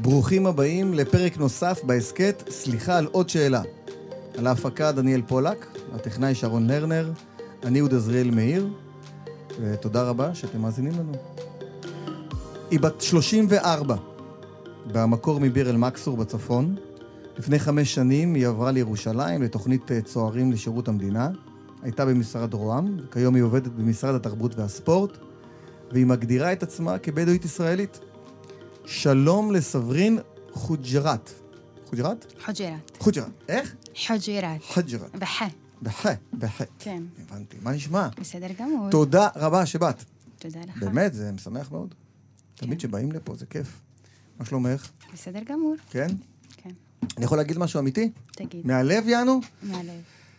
ברוכים הבאים לפרק נוסף בהסקט, סליחה על עוד שאלה. על ההפקה דניאל פולק, הטכנאי שרון לרנר, אני יהודה זריאל מאיר, ותודה רבה שאתם מאזינים לנו. היא בת 34, במקור מביר אל מקסור בצפון. לפני 5 שנים היא עברה לירושלים לתוכנית צוערים לשירות המדינה. הייתה במשרד רוה"מ, וכיום היא עובדת במשרד התרבות והספורט, והיא מגדירה את עצמה כבדואית ישראלית. שלום לסברין חוג'רת. חוג'רת? חוג'רת. חוג'רת. איך? חוג'רת. חוג'רת. בחה. כן. הבנתי. מה נשמע? בסדר גמור. תודה רבה שבאת. תודה לך. באמת, זה משמח מאוד. תמיד שבאים לפה, זה כיף. מה שלומך? בסדר גמור. כן? כן. אני יכול להגיד משהו אמיתי? תגיד. מהלב יענו? מהלב.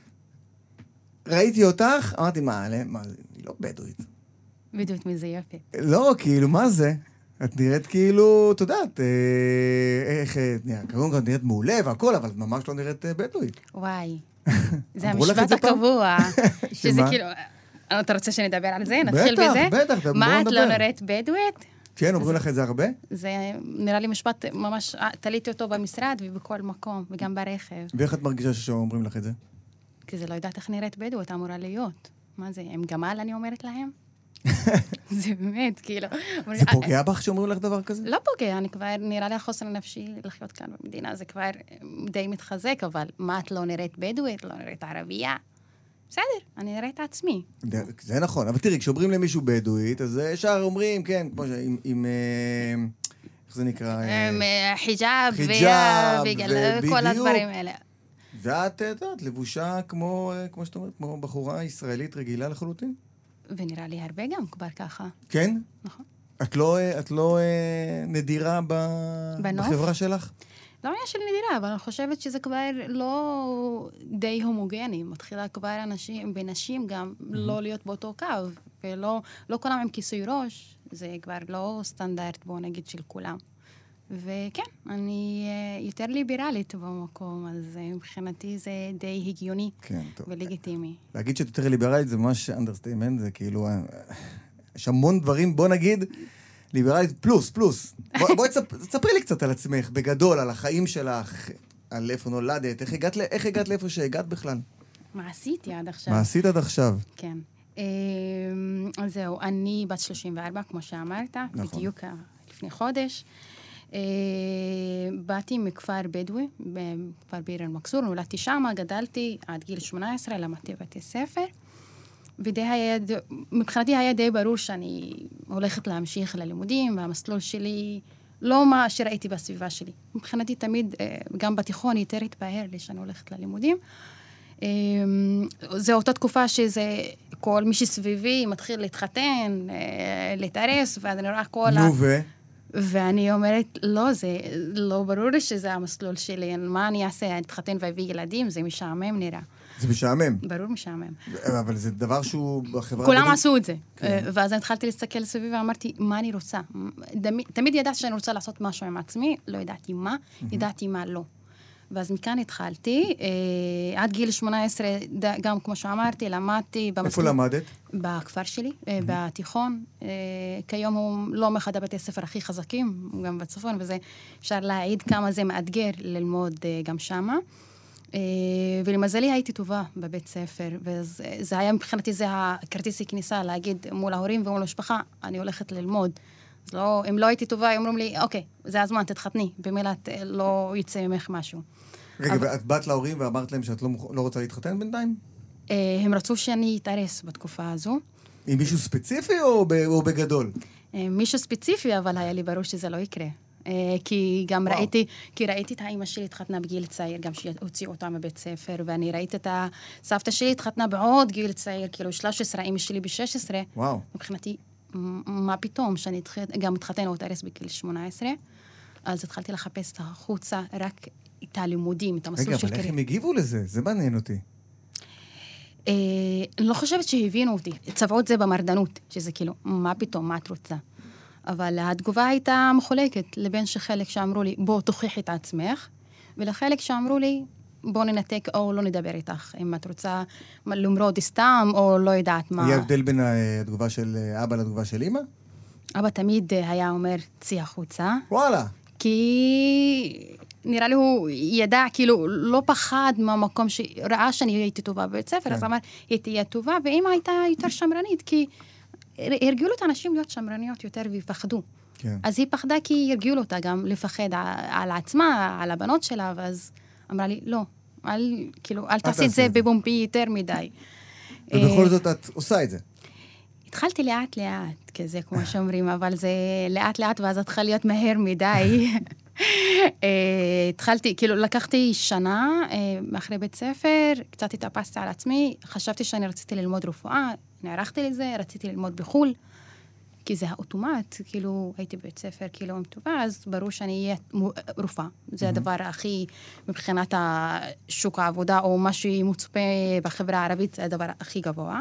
ראיתי אותך, אמרתי, מה, היא לא בדואית. בדיוק מזה יופי. לא, כאילו, מה זה? את נראית כאילו, אתה יודעת, איך נראית, קודם כל נראית מעולה והכל, אבל ממש לא נראית בדואית. וואי. זה אמרו לך את המשפט זה פעם? הקבוע. שזה שמה? כאילו, אתה רוצה שנדבר על זה? נתחיל בזה? בטח, בואו מה, את נדבר. לא נראית בדואית? כן, אומרים לך את זה הרבה? זה נראה לי משפט ממש, תליתי אותו במשרד ובכל מקום, וגם ברכב. ואיך את מרגישה שאומרים לך את זה? כי זה לא יודעת איך נראית בדואית, אמורה להיות. מה זה, עם גמל אני אומרת להם? זה באמת, כאילו... זה פוגע בך שאומרים לך דבר כזה? לא פוגע, אני כבר, נראה לי החוסן הנפשי לחיות כאן במדינה, זה כבר די מתחזק, אבל מה את לא נראית בדואית, לא נראית ערבייה? בסדר, אני נראית את עצמי. זה נכון, אבל תראי, כשאומרים למישהו בדואית, אז ישר אומרים, כן, כמו עם איך זה נקרא? חיג'אב, כל הדברים האלה. ואת יודעת, לבושה כמו שאת אומרת, כמו בחורה ישראלית רגילה לחלוטין? ונראה לי הרבה גם כבר ככה. כן? נכון. את לא נדירה בחברה שלך? לא עניין של נדירה, אבל אני חושבת שזה כבר לא די הומוגני. מתחילה כבר אנשים, בנשים גם לא להיות באותו קו, ולא כולם עם כיסוי ראש. זה כבר לא סטנדרט, בוא נגיד, של כולם. וכן, אני יותר ליברלית במקום, אז מבחינתי זה די הגיוני ולגיטימי. להגיד שאת יותר ליברלית זה ממש אנדרסטיימנט, זה כאילו, יש המון דברים, בוא נגיד, ליברלית פלוס. בואי תספרי לי קצת על עצמך, בגדול, על החיים שלך, על איפה נולדת, איך הגעת לאיפה שהגעת בכלל? מה עשיתי עד עכשיו? מה עשית עד עכשיו? כן. אז זהו, אני בת 34, כמו שאמרת, בדיוק לפני חודש. באתי מכפר בדואי, בכפר ביר אל מקסור, נולדתי שם, גדלתי עד גיל 18, למדתי בבתי ספר, מבחינתי היה די ברור שאני הולכת להמשיך ללימודים, והמסלול שלי לא מה שראיתי בסביבה שלי. מבחינתי תמיד, גם בתיכון, יותר התבהר לי שאני הולכת ללימודים. זו אותה תקופה שזה כל מי שסביבי מתחיל להתחתן, להתארס, ואז אני רואה כל ואני אומרת, לא, זה לא ברור לי שזה המסלול שלי, מה אני אעשה? אתחתן ואביא ילדים, זה משעמם נראה. זה משעמם? ברור משעמם. אבל זה דבר שהוא בחברה... כולם עשו את זה. ואז אני התחלתי להסתכל סביב ואמרתי, מה אני רוצה? תמיד ידעתי שאני רוצה לעשות משהו עם עצמי, לא ידעתי מה, ידעתי מה לא. ואז מכאן התחלתי, עד גיל 18, גם כמו שאמרתי, למדתי... איפה למדת? בכפר שלי, בתיכון. כיום הוא לא מאחד הבתי הספר הכי חזקים, גם בצפון, וזה אפשר להעיד כמה זה מאתגר ללמוד גם שמה. ולמזלי הייתי טובה בבית ספר, וזה היה מבחינתי, זה הכרטיס הכניסה, להגיד מול ההורים ומול המשפחה, אני הולכת ללמוד. אז לא, אם לא הייתי טובה, הם אומרים לי, אוקיי, זה הזמן, תתחתני, במילת לא יצא ממך משהו. רגע, ואת באת להורים ואמרת להם שאת לא רוצה להתחתן בינתיים? הם רצו שאני אתארס בתקופה הזו. עם מישהו ספציפי או בגדול? מישהו ספציפי, אבל היה לי ברור שזה לא יקרה. כי גם ראיתי את האמא שלי התחתנה בגיל צעיר, גם שהוציאו אותה מבית ספר, ואני ראיתי את הסבתא שלי התחתנה בעוד גיל צעיר, כאילו 13, אמא שלי ב-16. וואו. מבחינתי, מה פתאום שאני גם התחתן או אתארס בגיל 18, אז התחלתי לחפש את החוצה רק את הלימודים, את המסלול של קריירה. רגע, אבל איך הם הגיבו לזה? זה מעניין אותי. אני לא חושבת שהבינו אותי. צבעו את זה במרדנות, שזה כאילו, מה פתאום, מה את רוצה? אבל התגובה הייתה מחולקת, לבין שחלק שאמרו לי, בוא תוכיח את עצמך, ולחלק שאמרו לי, בוא ננתק או לא נדבר איתך, אם את רוצה למרוד סתם או לא יודעת מה. היה הבדל בין התגובה של אבא לתגובה של אמא? אבא תמיד היה אומר, צי החוצה. וואלה. כי נראה לי הוא ידע, כאילו, לא פחד מהמקום שראה שאני הייתי טובה בבית ספר, אז אמר, היא תהיה טובה, ואמא הייתה יותר שמרנית, כי הרגילו את האנשים להיות שמרניות יותר ויפחדו. אז היא פחדה כי הרגילו אותה גם לפחד על עצמה, על הבנות שלה, ואז אמרה לי, לא, אל תעשי את זה בבומבי יותר מדי. ובכל זאת את עושה את זה. התחלתי לאט לאט, כזה כמו שאומרים, אבל זה לאט לאט, ואז התחל להיות מהר מדי. התחלתי, כאילו לקחתי שנה אחרי בית ספר, קצת התאפסתי על עצמי, חשבתי שאני רציתי ללמוד רפואה, נערכתי לזה, רציתי ללמוד בחול, כי זה האוטומט, כאילו הייתי בבית ספר, כאילו עם טובה, אז ברור שאני אהיה רופאה. זה הדבר הכי, מבחינת שוק העבודה, או מה שמוצפה בחברה הערבית, זה הדבר הכי גבוה.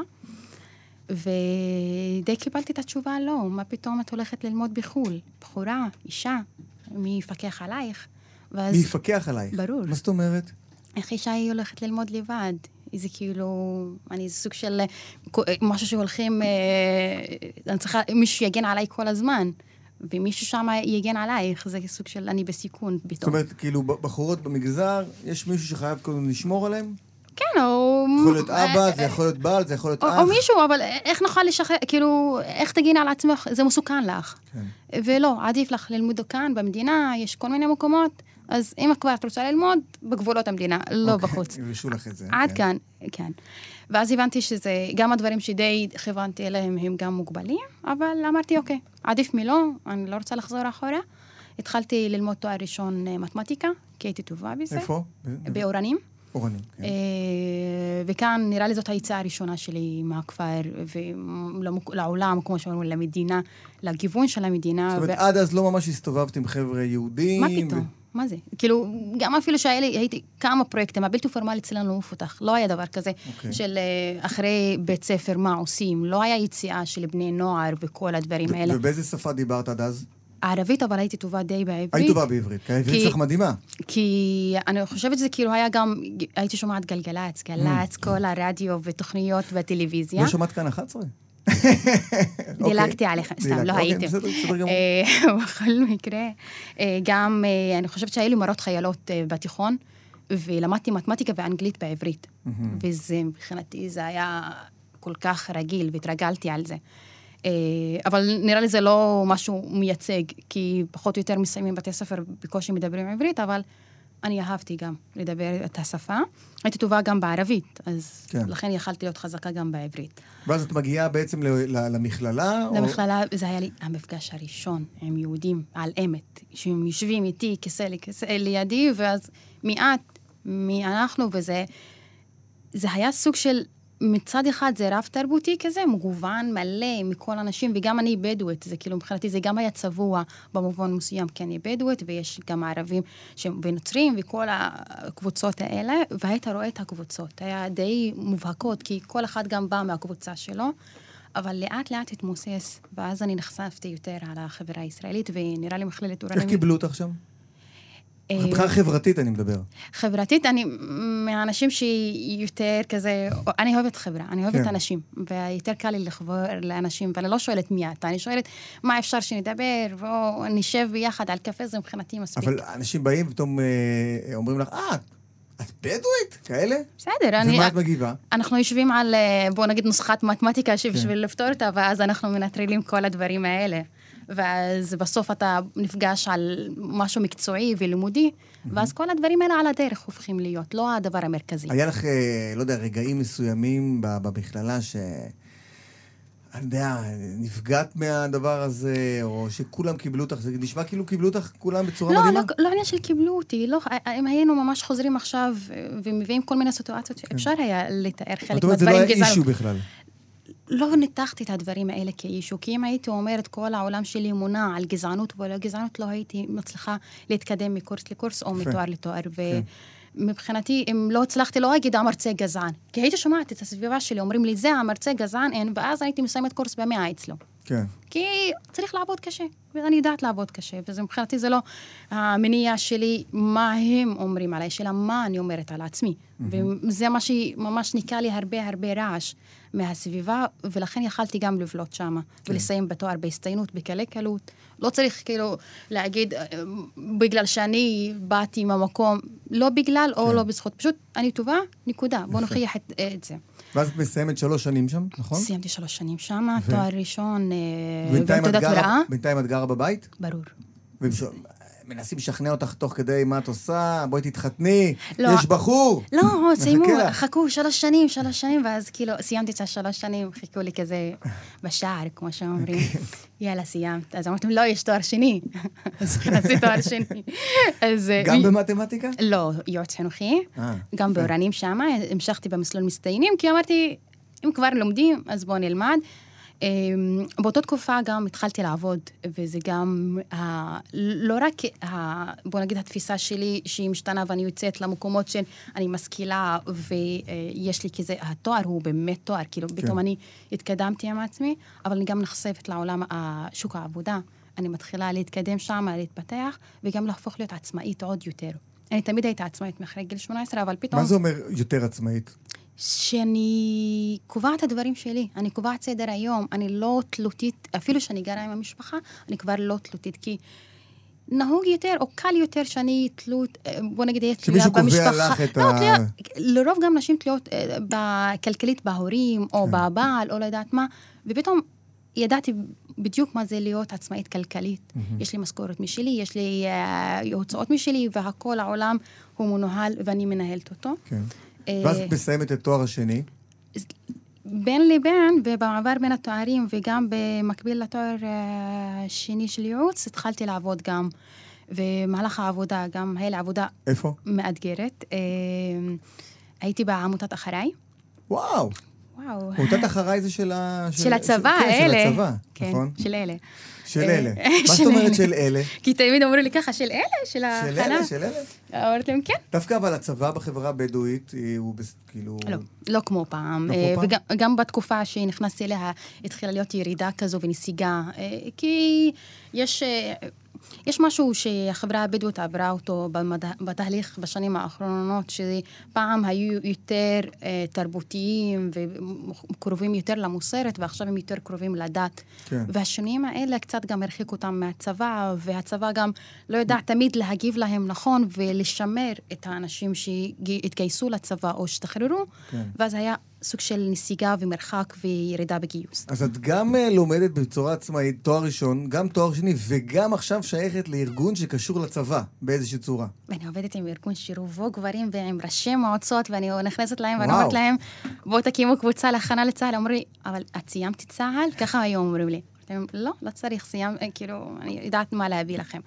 ודי קיבלתי את התשובה, לא, מה פתאום את הולכת ללמוד בחול? בחורה, אישה, מי יפקח עלייך? מי יפקח עלייך? ברור. מה זאת אומרת? איך אישה היא הולכת ללמוד לבד? זה כאילו, אני סוג של משהו שהולכים, אני צריכה, מישהו יגן עליי כל הזמן, ומישהו שם יגן עלייך, זה סוג של אני בסיכון פתאום. זאת אומרת, כאילו, בחורות במגזר, יש מישהו שחייב קודם לשמור עליהם? כן, או... יכול להיות אבא, זה יכול להיות בעל, זה יכול להיות אח. או מישהו, אבל איך נוכל לשחרר, כאילו, איך תגין על עצמך, זה מסוכן לך. כן. ולא, עדיף לך ללמוד כאן, במדינה, יש כל מיני מקומות, אז אם כבר את רוצה ללמוד, בגבולות המדינה, לא בחוץ. ירשו לך את זה. עד כאן, כן. ואז הבנתי שזה, גם הדברים שדי כיוונתי אליהם הם גם מוגבלים, אבל אמרתי, אוקיי, עדיף מלא, אני לא רוצה לחזור אחורה. התחלתי ללמוד תואר ראשון מתמטיקה, כי הייתי טובה בזה. איפה? באורנים. אורנים, כן. וכאן נראה לי זאת היציאה הראשונה שלי מהכפר, ולעולם, כמו שאומרים, למדינה, לגיוון של המדינה. זאת אומרת, עד אז לא ממש הסתובבת עם חבר'ה יהודים. מה פתאום? מה זה? כאילו, גם אפילו הייתי כמה פרויקטים, הבלתי פורמלי אצלנו לא מפותח, לא היה דבר כזה של אחרי בית ספר מה עושים, לא היה יציאה של בני נוער וכל הדברים האלה. ובאיזה שפה דיברת עד אז? ערבית, אבל הייתי טובה די בעברית. היית טובה בעברית, כי העברית שלך מדהימה. כי אני חושבת שזה כאילו היה גם, הייתי שומעת גלגלץ, כל הרדיו ותוכניות בטלוויזיה. לא שמעת כאן 11? דילגתי עליכם, סתם, לא הייתי. בכל מקרה. גם, אני חושבת שהיו לי מורות חיילות בתיכון, ולמדתי מתמטיקה ואנגלית בעברית. וזה, מבחינתי, זה היה כל כך רגיל, והתרגלתי על זה. אבל נראה לי זה לא משהו מייצג, כי פחות או יותר מסיימים בתי ספר בקושי מדברים עברית, אבל אני אהבתי גם לדבר את השפה. הייתי טובה גם בערבית, אז לכן יכלתי להיות חזקה גם בעברית. ואז את מגיעה בעצם למכללה? למכללה, זה היה לי המפגש הראשון עם יהודים על אמת, שהם יושבים איתי כיסא לידי, ואז מי אנחנו, וזה היה סוג של מצד אחד זה רב תרבותי כזה, מגוון מלא מכל אנשים, וגם אני בדואית, זה כאילו מבחינתי זה גם היה צבוע במובן מסוים, כי אני בדואית, ויש גם ערבים ונוצרים, וכל הקבוצות האלה, והיית רואה את הקבוצות, היה די מובהקות, כי כל אחד גם בא מהקבוצה שלו, אבל לאט לאט התמוסס, ואז אני נחשפתי יותר על החברה הישראלית, ונראה לי מכללת אורנים. איך קיבלו אותך שם? מבחינה חברתית אני מדבר. חברתית, אני מהאנשים שהיא יותר כזה, אני אוהבת חברה, אני אוהבת אנשים, ויותר קל לי לחבור לאנשים, ואני לא שואלת מי אתה, אני שואלת מה אפשר שנדבר, ונשב ביחד על קפה, זה מבחינתי מספיק. אבל אנשים באים ופתאום אומרים לך, את בדואית? כאלה? בסדר. ומה את מגיבה? אנחנו יושבים על, בוא נגיד, נוסחת מתמטיקה שבשביל לפתור אותה, ואז אנחנו מנטרלים כל הדברים האלה. ואז בסוף אתה נפגש על משהו מקצועי ולימודי, ואז כל הדברים האלה על הדרך הופכים להיות, לא הדבר המרכזי. היה לך, לא יודע, רגעים מסוימים במכללה אני יודע, נפגעת מהדבר הזה, או שכולם קיבלו אותך, זה נשמע כאילו קיבלו אותך כולם בצורה מדהימה? לא עניין של קיבלו אותי, אם היינו ממש חוזרים עכשיו, ומביאים כל מיני סיטואציות, אפשר היה לתאר חלק מהדברים גזענות. זה לא היה אישו בכלל. לא ניתחתי את הדברים האלה כאישו, כי אם הייתי אומרת כל העולם שלי מונע על גזענות ולא גזענות, לא הייתי מצליחה להתקדם מקורס לקורס או מתואר לתואר. ומבחינתי, אם לא הצלחתי, לא אגיד המרצה גזען. כי הייתי שומעת את הסביבה שלי, אומרים לי, זה המרצה גזען, ואז הייתי מסיימת קורס ב100 אצלו. כן. כי צריך לעבוד קשה, ואני יודעת לעבוד קשה, וזה מבחינתי זה לא המניע שלי, מה הם אומרים עליי, שאלה מה אני אומרת על עצמי. וזה מה שממש ניקה לי הרבה רעש מהסביבה, ולכן יכלתי גם לבלוט שמה, ולסיים בתואר בהסתיינות, בקלי קלות. לא צריך כאילו להגיד, בגלל שאני באתי מהמקום, לא בגלל או לא בזכות, פשוט אני טובה, נקודה, בוא נוכיח את זה. ואז את מסיימת 3 שנים שם, נכון? סיימתי 3 שנים שם, תואר ראשון ותעודת הוראה. בינתיים את גרה בבית? ברור. מנסים לשכנע אותך תוך כדי מה את עושה, בואי תתחתני, לא. יש בחור. לא, סיימו, חכו 3 שנים, ואז כאילו סיימתי את 3 שנים, חיכו לי כזה בשער, כמו שאומרים. יאללה, סיימת. אז אמרתם, לא, יש תואר שני. אז עשיתי תואר שני. גם במתמטיקה? לא, יועץ חינוכי. גם באורנים שם, המשכתי במסלול מצטיינים, כי אמרתי, אם כבר לומדים, אז בואו נלמד. באותה תקופה גם התחלתי לעבוד, וזה גם לא רק, בוא נגיד, התפיסה שלי שהיא משתנה ואני יוצאת למקומות שאני משכילה, ויש לי כזה, התואר הוא באמת תואר, כאילו פתאום אני התקדמתי עם עצמי, אבל אני גם נחשפת לעולם שוק העבודה. אני מתחילה להתקדם שם, להתפתח, וגם להפוך להיות עצמאית עוד יותר. אני תמיד הייתה עצמאית מאחרי גיל 18, אבל פתאום... מה זה אומר יותר עצמאית? שאני קובעת את הדברים שלי, אני קובעת סדר היום, אני לא תלותית, אפילו שאני גרה עם המשפחה, אני כבר לא תלותית, כי נהוג יותר או קל יותר שאני תלות, בוא נגיד, תלויה במשפחה. שמישהו קובע לך את לרוב גם נשים תלויות בכלכלית בהורים, או בבעל, או לא יודעת מה, ופתאום ידעתי בדיוק מה זה להיות עצמאית כלכלית. יש לי משכורת משלי, יש לי הוצאות משלי, והכל העולם הוא מנוהל ואני מנהלת אותו. כן. ואז את מסיימת את תואר השני? בין לבין, ובמעבר בין התוארים, וגם במקביל לתואר השני של ייעוץ, התחלתי לעבוד גם, ומהלך העבודה, גם היה לי עבודה... איפה? מאתגרת. הייתי בעמותת אחריי. וואו! עמותת אחריי זה של הצבא, אלה. של הצבא, נכון? של אלה. של אלה. מה זאת אומרת של אלה? כי תמיד אמרו לי ככה, של אלה? של אלה? של אלה? אמרתי להם, כן. דווקא אבל הצבא בחברה הבדואית הוא כאילו... לא כמו פעם. וגם בתקופה שנכנסתי אליה, התחילה להיות ירידה כזו ונסיגה. כי יש משהו שהחברה הבדואית עברה אותו בתהליך בשנים האחרונות, שפעם היו יותר תרבותיים וקרובים יותר למוסרת, ועכשיו הם יותר קרובים לדת. כן. והשנים האלה קצת גם הרחיק אותם מהצבא, והצבא גם לא יודע תמיד להגיב להם נכון, ולשמר את האנשים שהתגייסו לצבא או שתחררו, כן. ואז היה סוג של נסיגה ומרחק וירידה בגיוס. אז את גם לומדת בצורה עצמאית, תואר ראשון, גם תואר שני, וגם עכשיו שייכת לארגון שקשור לצבא, באיזושהי צורה. ואני עובדת עם ארגון שרובו גברים ועם ראשי מועצות, ואני נכנסת להם ואני אומרת להם, בואו תקימו קבוצה להכנה לצה"ל. אמרו לי, אבל את סיימת צה"ל? ככה היום אומרים לי. לא צריך, כאילו, אני יודעת מה להביא לכם.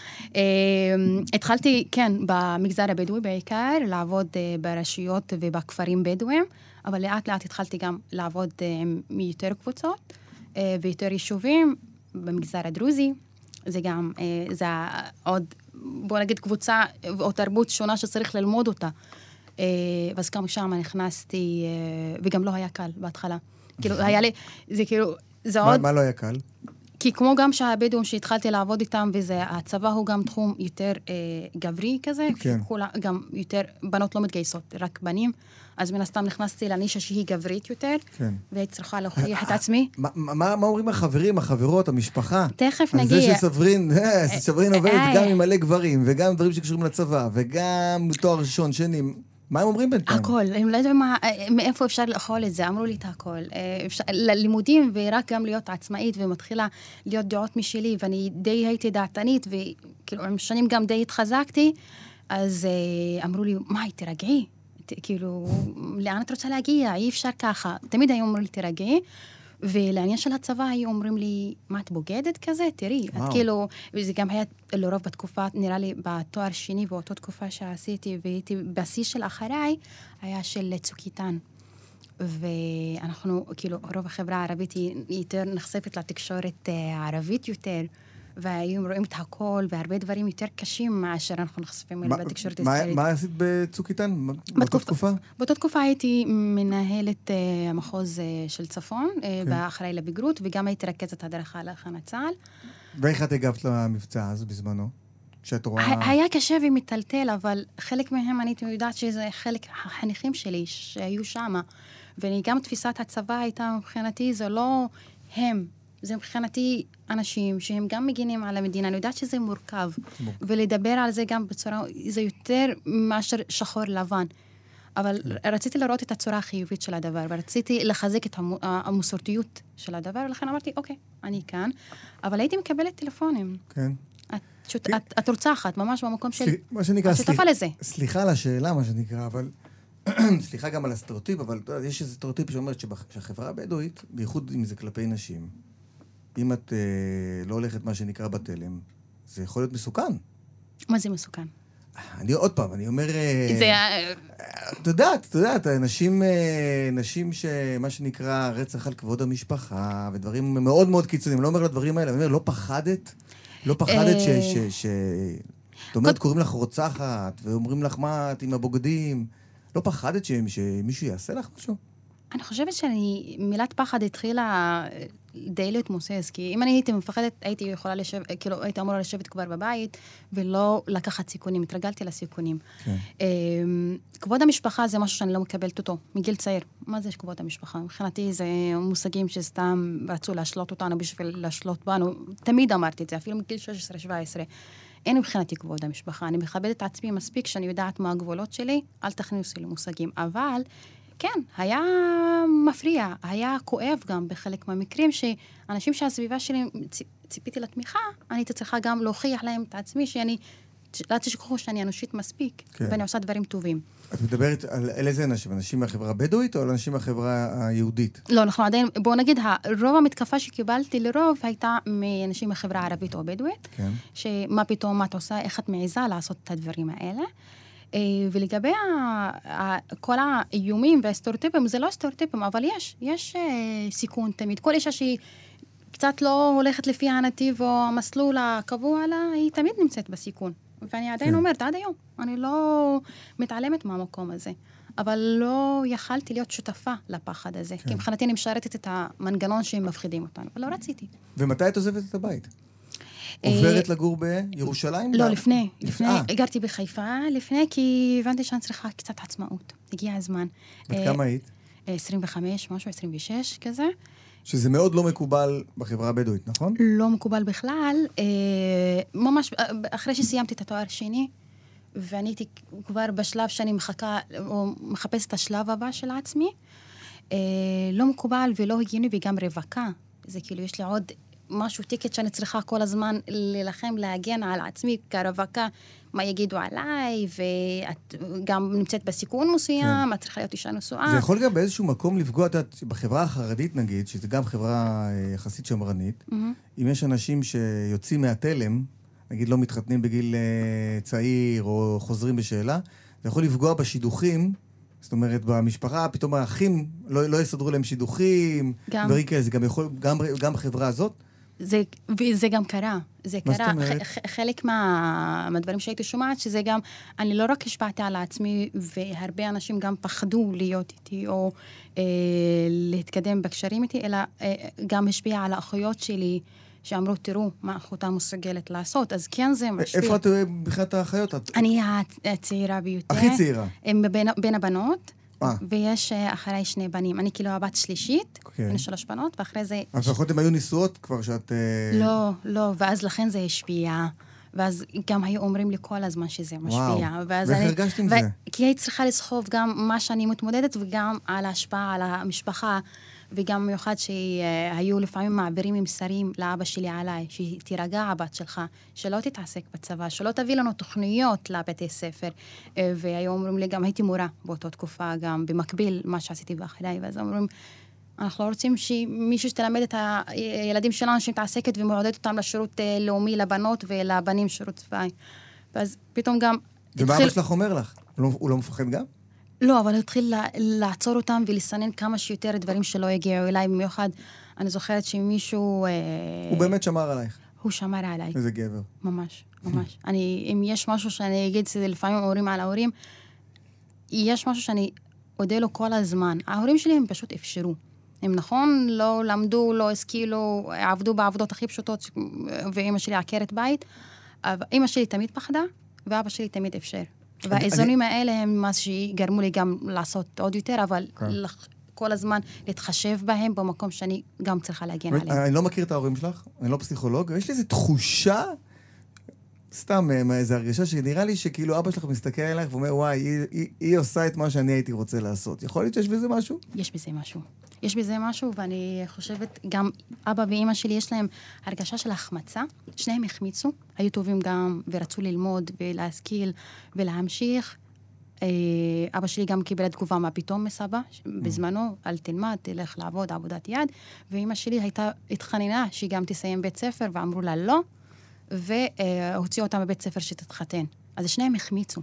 התחלתי, כן, במגזר הבדואי בעיקר, לעבוד ברשויות ובכפרים בדואים, אבל לאט לאט התחלתי גם לעבוד עם יותר קבוצות ויותר יישובים במגזר הדרוזי. זה גם, זה עוד, בוא נגיד, קבוצה או תרבות שונה שצריך ללמוד אותה. ואז גם שם נכנסתי, וגם לא היה קל בהתחלה. כאילו, היה לי, זה כאילו, זה עוד... מה לא היה קל? כי כמו גם שהבדואים שהתחלתי לעבוד איתם, הצבא הוא גם תחום יותר גברי כזה, כן. גם יותר בנות לא מתגייסות, רק בנים, אז מן הסתם נכנסתי לנישה שהיא גברית יותר, כן. והייתי צריכה להוכיח את עצמי. מה אומרים החברים, החברות, המשפחה? תכף נגיע. זה שסברין עובדת גם עם מלא גברים, וגם דברים שקשורים לצבא, וגם תואר ראשון, שני... מה הם אומרים בינתיים? הכל, הם לא יודעים מאיפה אפשר לאכול את זה, אמרו לי את הכל. ללימודים ורק גם להיות עצמאית ומתחילה להיות דעות משלי, ואני די הייתי דעתנית, וכאילו עם שנים גם די התחזקתי, אז אמרו לי, מה, תרגעי? כאילו, לאן את רוצה להגיע? אי אפשר ככה. תמיד היו אומרים לי, תרגעי. ולעניין של הצבא היו אומרים לי, מה, את בוגדת כזה? תראי, את כאילו, וזה גם היה לרוב בתקופה, נראה לי בתואר שני, באותו תקופה שעשיתי, והייתי בשיא של אחריי, היה של צוק איתן. ואנחנו, כאילו, רוב החברה הערבית היא יותר נחשפת לתקשורת הערבית יותר, והיום רואים את הכל, והרבה דברים יותר קשים מאשר אנחנו נחשפים אלה בתקשורת הישראלית. מה עשית בצוק איתן? באותה תקופה? באותה תקופה הייתי מנהלת המחוז של צפון, ואחראי לבגרות, וגם הייתי רכזת הדרכה להכנת צה"ל. ואיך את הגבת למבצע אז בזמנו? כשאת רואה... היה קשה ומטלטל, אבל חלק מהם אני יודעת שזה חלק החניכים שלי שהיו שם. וגם תפיסת הצבא הייתה מבחינתי, זה לא הם. זה מבחינתי אנשים שהם גם מגינים על המדינה. אני יודעת שזה מורכב. ולדבר על זה גם בצורה, זה יותר מאשר שחור לבן. אבל רציתי לראות את הצורה החיובית של הדבר, ורציתי לחזק את המסורתיות של הדבר, ולכן אמרתי, אוקיי, אני כאן. אבל הייתי מקבלת טלפונים. כן. את רוצחת, ממש במקום של... מה שנקרא, שותפה לזה. סליחה על השאלה, מה שנקרא, אבל... סליחה גם על הסטריאוטיפ, אבל יש איזה סטריאוטיפ שאומרת שהחברה הבדואית, בייחוד אם זה כלפי נשים, אם את לא הולכת מה שנקרא בתלם, זה יכול להיות מסוכן. מה זה מסוכן? עוד פעם, אני אומר... זה... את יודעת, נשים שמה שנקרא רצח על כבוד המשפחה, ודברים מאוד מאוד קיצוניים, לא אומר לדברים האלה, אני אומר, לא פחדת זאת אומרת, קוראים לך רוצחת, ואומרים לך מה את עם הבוגדים, לא פחדת שמישהו יעשה לך משהו? אני חושבת מילת פחד התחילה די להתמוסס, כי אם אני הייתי מפחדת, הייתי יכולה לשבת, כאילו, הייתי אמורה לשבת כבר בבית, ולא לקחת סיכונים, התרגלתי לסיכונים. כן. כבוד המשפחה זה משהו שאני לא מקבלת אותו, מגיל צעיר. מה זה כבוד המשפחה? מבחינתי זה מושגים שסתם רצו להשלות אותנו בשביל להשלות בנו. תמיד אמרתי את זה, אפילו מגיל 16-17. אין מבחינתי כבוד המשפחה. אני מכבדת את עצמי מספיק שאני יודעת מה הגבולות שלי, אל תכניסו לי מושגים. אבל כן, היה מפריע, היה כואב גם בחלק מהמקרים שאנשים שהסביבה שלי ציפיתי לתמיכה, אני הייתי צריכה גם להוכיח להם את עצמי שאני, לא תשכחו שאני אנושית מספיק, כן. ואני עושה דברים טובים. את מדברת על איזה אנשים? אנשים מהחברה הבדואית או על אנשים מהחברה היהודית? לא, אנחנו עדיין, בואו נגיד, רוב המתקפה שקיבלתי לרוב הייתה מאנשים מהחברה הערבית או הבדואית, כן. שמה פתאום את עושה, איך את מעיזה לעשות את הדברים האלה. ולגבי כל האיומים והסטריאוטיפים, זה לא סטריאוטיפים, אבל יש סיכון תמיד. כל אישה שהיא קצת לא הולכת לפי הנתיב או המסלול הקבוע לה, היא תמיד נמצאת בסיכון. ואני עדיין אומרת, עד היום, אני לא מתעלמת מהמקום הזה. אבל לא יכלתי להיות שותפה לפחד הזה. כי מבחינתי אני משרתת את המנגנון שהם מפחידים אותנו, אבל לא רציתי. ומתי את עוזבת את הבית? עוברת לגור בירושלים? לא, לפני. גרתי בחיפה לפני, כי הבנתי שאני צריכה קצת עצמאות. הגיע הזמן. בת כמה היית? 25, משהו, 26 כזה. שזה מאוד לא מקובל בחברה הבדואית, נכון? לא מקובל בכלל. ממש, אחרי שסיימתי את התואר שני, ואני הייתי כבר בשלב שאני מחכה, או מחפשת את השלב הבא של עצמי, לא מקובל ולא הגיוני וגם רווקה. זה כאילו, יש לי עוד משהו טיקט שאני צריכה כל הזמן ללחם, להגן על עצמי כרווקה, מה יגידו עליי, ואת גם נמצאת בסיכון מסוים, את צריכה להיות אישה נשואה. זה יכול גם באיזשהו מקום לפגוע, בחברה החרדית נגיד, שזה גם חברה יחסית שמרנית, אם יש אנשים שיוצאים מהתלם, נגיד לא מתחתנים בגיל צעיר או חוזרים בשאלה, זה יכול לפגוע בשידוכים, זאת אומרת, במשפחה, פתאום האחים לא יסדרו להם שידוכים, דברים כאלה, זה גם יכול, גם בחברה הזאת. וזה גם קרה. זה קרה. חלק מהדברים שהייתי שומעת, שזה גם, אני לא רק השפעתי על עצמי, והרבה אנשים גם פחדו להיות איתי, או להתקדם בקשרים איתי, אלא גם השפיע על האחיות שלי, שאמרו, תראו, מה אחותה מסוגלת לעשות, אז כן זה משפיע. איפה את מבחינת האחיות? אני הצעירה ביותר. הכי צעירה? בין הבנות. ויש אחרי 2 בנים. אני כאילו הבת שלישית, בין 3 בנות, ואחרי זה... אז לפחות הן היו נשואות כבר שאת... לא, ואז לכן זה השפיע, ואז גם היו אומרים לי כל הזמן שזה משפיע. ואיך הרגשת עם זה? כי היית צריכה לסחוב גם מה שאני מתמודדת, וגם על ההשפעה, על המשפחה, וגם מיוחד שהיו לפעמים מעבירים עם שרים לאבא שלי עליי, שתירגע הבת שלך, שלא תתעסק בצבא, שלא תביא לנו תוכניות לבתי ספר. והיו אומרים לי, גם הייתי מורה באותה תקופה, גם במקביל מה שעשיתי באחריי, ואז אומרים, אנחנו לא רוצים שמישהו שתלמד את הילדים שלנו שמתעסקת ומעודדת אותם לשירות לאומי לבנות ולבנים שירות צבאי. ואז פתאום גם... ומה אבא שלך אומר לך? הוא לא מפחד גם? לא, אבל התחיל לעצור אותם ולסנן כמה שיותר דברים שלא הגיעו אליי. במיוחד, אני זוכרת שמישהו... הוא באמת שמר עלייך. הוא שמר עליי. איזה גבר. ממש, ממש. אם יש משהו שאני אגיד, שזה לפעמים אומרים על ההורים, יש משהו שאני אודה לו כל הזמן. ההורים שלי הם פשוט אפשרו. הם נכון, לא למדו, לא השכילו, עבדו בעבודות הכי פשוטות, ואמא שלי עקרת בית, אבל אמא שלי תמיד פחדה, ואבא שלי תמיד אפשר. והאזורים האלה הם מה שגרמו לי גם לעשות עוד יותר, אבל כל הזמן להתחשב בהם במקום שאני גם צריכה להגן עליהם. אני לא מכיר את ההורים שלך, אני לא פסיכולוג, ויש לי איזו תחושה, סתם איזו הרגשה שנראה לי שכאילו אבא שלך מסתכל עליך ואומר, וואי, היא עושה את מה שאני הייתי רוצה לעשות. יכול להיות שיש בזה משהו? יש בזה משהו. יש בזה משהו, ואני חושבת, גם אבא ואמא שלי יש להם הרגשה של החמצה. שניהם החמיצו, היו טובים גם ורצו ללמוד ולהשכיל ולהמשיך. אבא שלי גם קיבל תגובה מה פתאום מסבא, בזמנו, אל תלמד, תלך לעבוד, עבודת יד. ואמא שלי הייתה התחננה שהיא גם תסיים בית ספר, ואמרו לה לא, והוציאו אותה מבית ספר שתתחתן. אז שניהם החמיצו.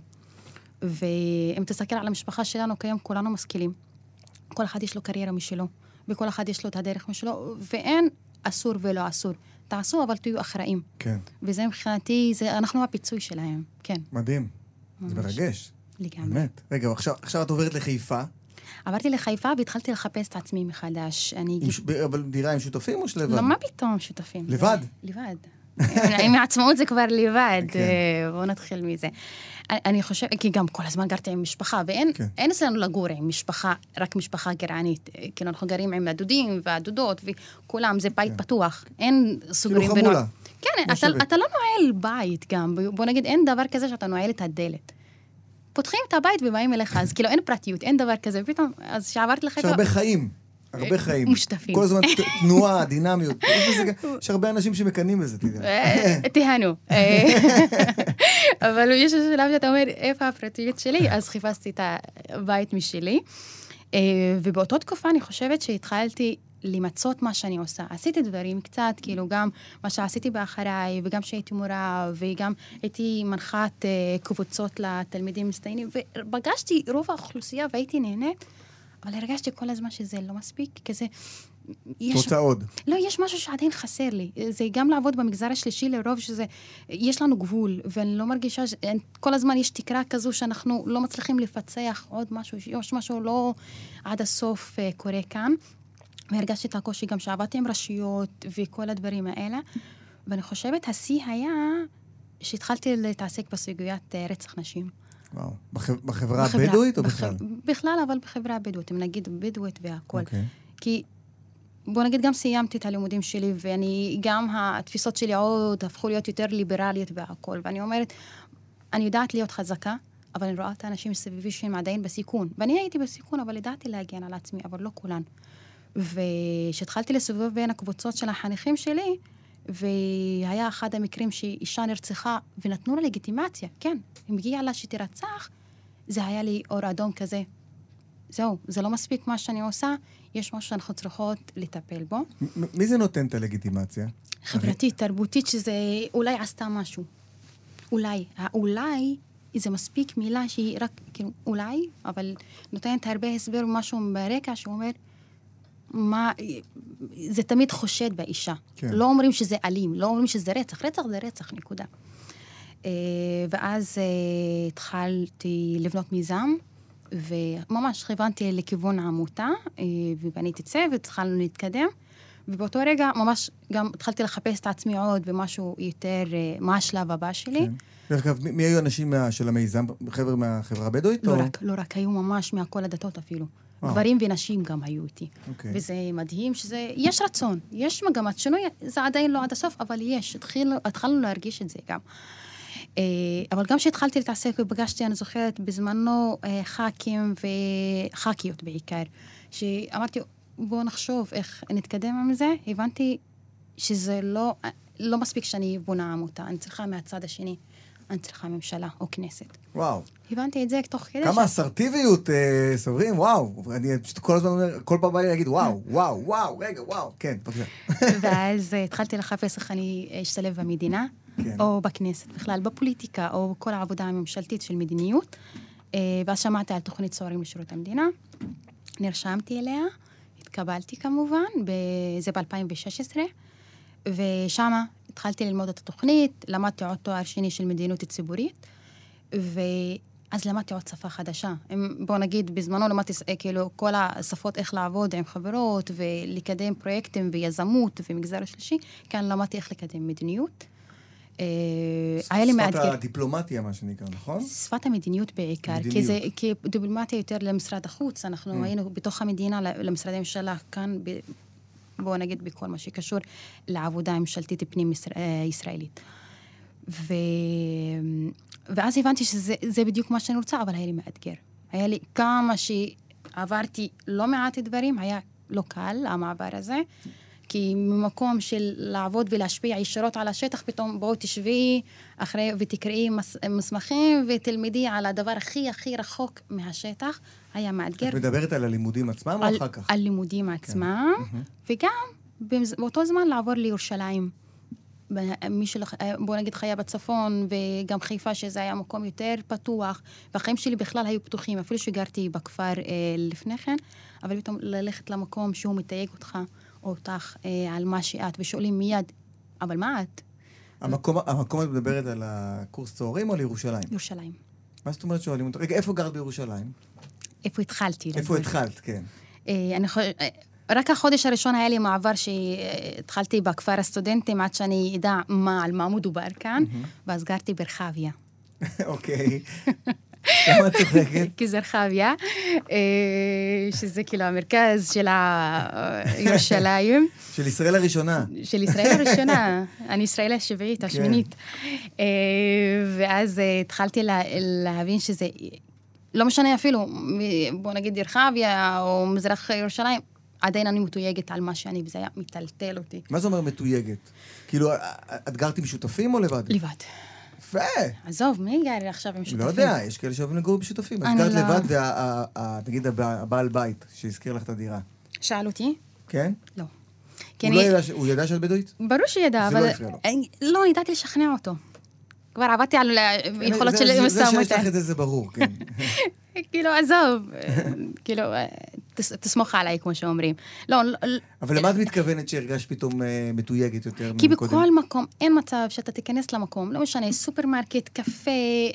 ואם תסתכל על המשפחה שלנו, כיום כולנו משכילים. כל אחד יש לו קריירה משלו, וכל אחד יש לו את הדרך משלו, ואין אסור ולא אסור. תעשו, אבל תהיו אחראים. כן. וזה מבחינתי, אנחנו הפיצוי שלהם. כן. מדהים. זה מרגש. לגמרי. באמת. רגע, עכשיו את עוברת לחיפה. עברתי לחיפה והתחלתי לחפש את עצמי מחדש. אבל דירה עם שותפים או שלבד? לא, מה פתאום שותפים? לבד? לבד. עם העצמאות זה כבר לבד. בואו נתחיל מזה. אני חושבת, כי גם כל הזמן גרתי עם משפחה, ואין אצלנו לגור עם משפחה, רק משפחה גרענית. כאילו אנחנו גרים עם הדודים והדודות, וכולם, זה בית פתוח. אין סוגרים כאילו חמולה. כן, אתה לא נועל בית גם. בוא נגיד, אין דבר כזה שאתה נועל את הדלת. פותחים את הבית ובאים אליך, אז כאילו אין פרטיות, אין דבר כזה. ופתאום, אז שעברתי לחיפה... יש הרבה חיים. הרבה חיים. מושטפים. כל הזמן תנועה, דינמיות. יש הרבה אנשים שמקנים בזה, תדע. תהנו. אבל יש שלב שאתה אומר, איפה הפרטיות שלי? אז חיפשתי את הבית משלי. ובאותו תקופה אני חושבת שהתחלתי למצות מה שאני עושה. עשיתי דברים קצת, כאילו גם מה שעשיתי באחריי, וגם שהייתי מורה, וגם הייתי מנחת קבוצות לתלמידים מצטיינים, ופגשתי רוב האוכלוסייה והייתי נהנית, אבל הרגשתי כל הזמן שזה לא מספיק, כזה... רוצה עוד. לא, יש משהו שעדיין חסר לי. זה גם לעבוד במגזר השלישי לרוב שזה... יש לנו גבול, ואני לא מרגישה... כל הזמן יש תקרה כזו שאנחנו לא מצליחים לפצח עוד משהו, יש משהו לא עד הסוף קורה כאן. והרגשתי את הקושי גם שעבדתי עם רשויות וכל הדברים האלה. ואני חושבת, השיא היה שהתחלתי להתעסק בסוגיית רצח נשים. וואו. בחברה הבדואית או בכלל? בכלל, אבל בחברה הבדואית, אם נגיד בדואית והכל. כי, בוא נגיד, גם סיימתי את הלימודים שלי, ואני, גם התפיסות שלי עוד הפכו להיות יותר ליברליות והכל. ואני אומרת, אני יודעת להיות חזקה, אבל אני רואה את האנשים סביבי שהם עדיין בסיכון. ואני הייתי בסיכון, אבל ידעתי להגן על עצמי, אבל לא כולן. ושהתחלתי לסובב בין הקבוצות של החניכים שלי, והיה אחד המקרים שאישה נרצחה, ונתנו לה לגיטימציה, כן, אם הגיעה לה שתרצח, זה היה לי אור אדום כזה. זהו, זה לא מספיק מה שאני עושה, יש משהו שאנחנו צריכות לטפל בו. מי זה נותן את הלגיטימציה? חברתית, תרבותית, שזה אולי עשתה משהו. אולי. האולי זה מספיק מילה שהיא רק, כאילו, אולי, אבל נותנת הרבה הסבר ומשהו ברקע שאומר, מה, זה תמיד חושד באישה. כן. לא אומרים שזה אלים, לא אומרים שזה רצח. רצח זה רצח, נקודה. ואז התחלתי לבנות מיזם, וממש כיוונתי לכיוון העמותה, ובניתי צוות, התחלנו להתקדם, ובאותו רגע ממש גם התחלתי לחפש את עצמי עוד, ומשהו יותר, מה השלב הבא שלי. כן. דרך אגב, מי היו אנשים של המיזם, חבר'ה מהחברה הבדואית? לא רק, היו ממש מהכל הדתות אפילו. גברים ונשים גם היו איתי. וזה מדהים שזה, יש רצון, יש מגמת שינוי, זה עדיין לא עד הסוף, אבל יש, התחלנו להרגיש את זה גם. אבל גם שהתחלתי להתעסק ופגשתי, אני זוכרת, בזמנו ח"כים וח"כיות בעיקר, שאמרתי, בואו נחשוב איך נתקדם עם זה, הבנתי שזה לא מספיק שאני בונה עמותה, אני צריכה מהצד השני. אני צריכה ממשלה או כנסת. וואו. הבנתי את זה תוך כדי כמה אסרטיביות סוברים, וואו. אני פשוט כל הזמן אומר, כל פעם בא לי להגיד, וואו, רגע, וואו. כן, בבקשה. ואז התחלתי לחפש איך אני אשתלב במדינה, או בכנסת, בכלל בפוליטיקה, או בכל העבודה הממשלתית של מדיניות. ואז שמעתי על תוכנית צוערים לשירות המדינה. נרשמתי אליה, התקבלתי כמובן, זה ב-2016, ושמה התחלתי ללמוד את התוכנית, למדתי עוד תואר שני של מדיניות ציבורית, ואז למדתי עוד שפה חדשה. בוא נגיד, בזמנו למדתי כאילו כל השפות איך לעבוד עם חברות, ולקדם פרויקטים ויזמות ומגזר השלישי, כאן למדתי איך לקדם מדיניות. שפת הדיפלומטיה, מה שנקרא, נכון? שפת המדיניות בעיקר, כי דיפלומטיה יותר למשרד החוץ, אנחנו היינו בתוך המדינה למשרדי ממשלה, כאן בואו נגיד בכל מה שקשור לעבודה ממשלתית פנים ישראלית. ואז הבנתי שזה בדיוק מה שאני רוצה, אבל היה לי מאתגר. היה לי כמה שעברתי לא מעט דברים, היה לא קל המעבר הזה, כי ממקום של לעבוד ולהשפיע ישירות על השטח, פתאום בואו תשבי אחרי ותקראי מסמכים ותלמדי על הדבר הכי רחוק מהשטח, היה מאתגר. את מדברת על הלימודים עצמם או אחר כך? על לימודים עצמם, וגם באותו זמן לעבור לירושלים. בוא נגיד חיה בצפון, וגם חיפה שזה היה מקום יותר פתוח, והחיים שלי בכלל היו פתוחים, אפילו שגרתי בכפר לפני כן, אבל פתאום ללכת למקום שהוא מתייג אותך, או אותך על מה שאת, ושואלים מיד, אבל מה את? המקום את מדברת על הקורס צהריים או לירושלים? ירושלים. מה זאת אומרת שואלים אותך? רגע, איפה גרת בירושלים? איפה התחלתי? איפה התחלת, כן. רק החודש הראשון היה לי מעבר שהתחלתי בכפר הסטודנטים, עד שאני אדע על מה מדובר כאן, ואז גרתי ברחביה. אוקיי. למה את צוחקת? כי זה רחביה, שזה כאילו המרכז של ירושלים. של ישראל הראשונה. של ישראל הראשונה. אני ישראל השביעית, השמינית. ואז התחלתי להבין שזה, לא משנה אפילו, בוא נגיד רחביה או מזרח ירושלים, עדיין אני מתויגת על מה שאני, וזה היה מטלטל אותי. מה זה אומר מתויגת? כאילו, את גרת עם שותפים או לבד? לבד. יפה. עזוב, מי גר עכשיו עם שותפים? לא יודע, יש כאלה שאוהבים לגור בשותפים. אז גרת לבד, ונגיד הבעל בית שהזכיר לך את הדירה. שאל אותי? כן? לא. הוא ידע שאת בדואית? ברור שידע, אבל... לא, ידעתי לשכנע אותו. כבר עבדתי על יכולות של מסע זה שיש לך את זה ברור, כן. כאילו, עזוב, כאילו, תסמוך עליי, כמו שאומרים. לא, אבל למה את מתכוונת שהרגש פתאום מתויגת יותר? כי בכל מקום, אין מצב שאתה תיכנס למקום, לא משנה, סופרמרקט, קפה,